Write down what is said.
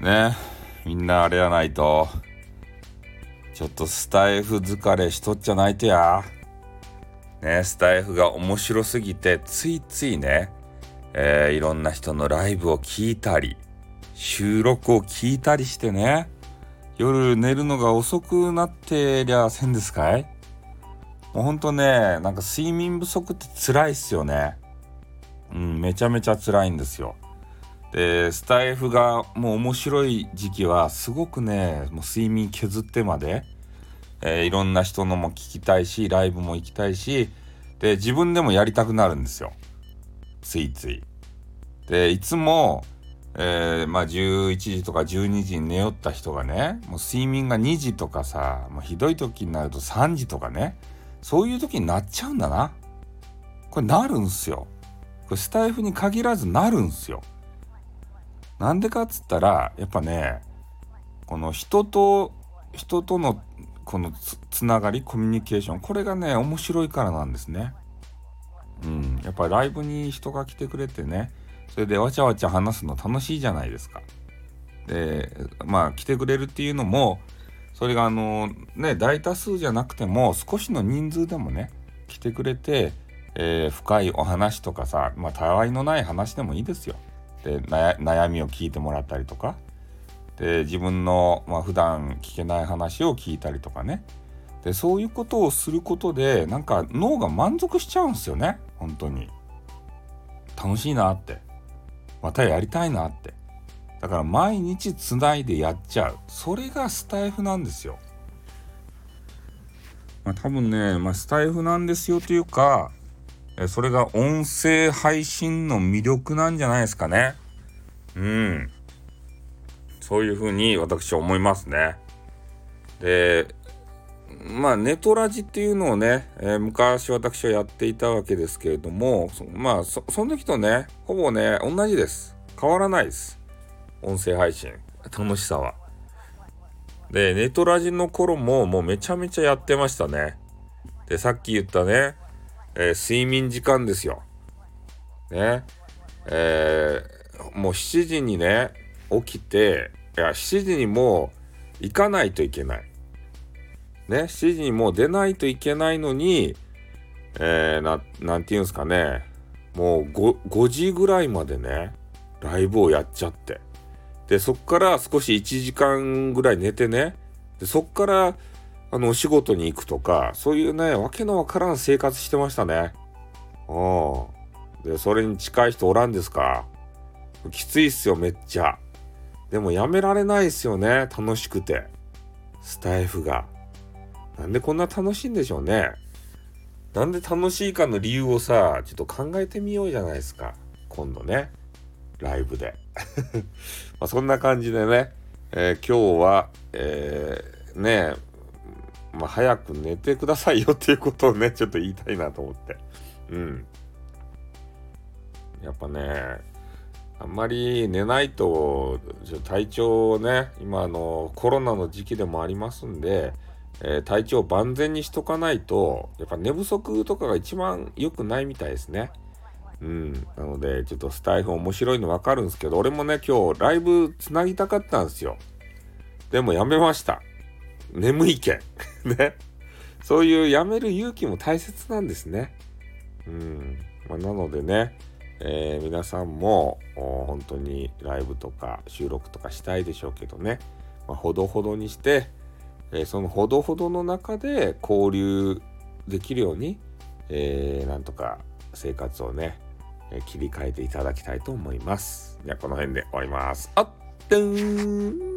ね、みんなあれやないとちょっとスタイフ疲れしとっちゃないとやね。スタイフが面白すぎてついついね、いろんな人のライブを聞いたり収録を聞いたりしてね、夜寝るのが遅くなってりゃせんですかい。もうほんとね、なんか睡眠不足って辛いっすよね。めちゃめちゃ辛いんですよ。でスタイフがもう面白い時期はすごくね、もう睡眠削ってまで、いろんな人のも聞きたいしライブも行きたいし、で自分でもやりたくなるんですよ、ついつい。でいつも、11時とか12時に寝よった人がね、もう睡眠が2時とかさ、もうひどい時になると3時とかね、そういう時になっちゃうんだな。これなるんすよ。これスタイフに限らずなるんすよ。なんでかっつったら、やっぱね、この人とのこのつながり、コミュニケーション、これがね面白いからなんですね。やっぱりライブに人が来てくれてね、それでわちゃわちゃ話すの楽しいじゃないですか。で来てくれるっていうのも、それが大多数じゃなくても少しの人数でもね来てくれて、深いお話とかさ、たわいのない話でもいいですよ。で悩みを聞いてもらったりとか、で自分の、普段聞けない話を聞いたりとかね。でそういうことをすることでなんか脳が満足しちゃうんですよね。本当に楽しいなって、またやりたいなって。だから毎日つないでやっちゃう、それがスタイフなんですよ。多分ね、スタイフなんですよというか、それが音声配信の魅力なんじゃないですかね。そういうふうに私は思いますね。でネトラジっていうのをね、昔私はやっていたわけですけれども、その時とねほぼね同じです。変わらないです、音声配信楽しさは。でネトラジの頃ももうめちゃめちゃやってましたね。でさっき言ったね、睡眠時間ですよね。もう7時にね起きて、7時にもう行かないといけないね、7時にもう出ないといけないのに、なんていうんですかね、もう 5時ぐらいまでねライブをやっちゃって、でそっから少し1時間ぐらい寝てね、でそっからお仕事に行くとか、そういうねわけのわからん生活してましたね。でそれに近い人おらんですか。きついっすよめっちゃ。でもやめられないっすよね、楽しくて。スタイフがなんでこんな楽しいんでしょうね。なんで楽しいかの理由をさ、ちょっと考えてみようじゃないですか、今度ねライブでそんな感じでね、今日は、早く寝てくださいよっていうことをねちょっと言いたいなと思って。やっぱねあんまり寝ないと体調ね、今コロナの時期でもありますんで、体調を万全にしとかないと、やっぱ寝不足とかが一番良くないみたいですね。なのでちょっとスタイフ面白いの分かるんですけど、俺もね今日ライブつなぎたかったんですよ。でもやめました。眠いけんね。そういうやめる勇気も大切なんですね。なのでね、皆さんも本当にライブとか収録とかしたいでしょうけどね、ほどほどにして、そのほどほどの中で交流できるように、なんとか生活をね、切り替えていただきたいと思います。じゃあこの辺で終わります。あってん。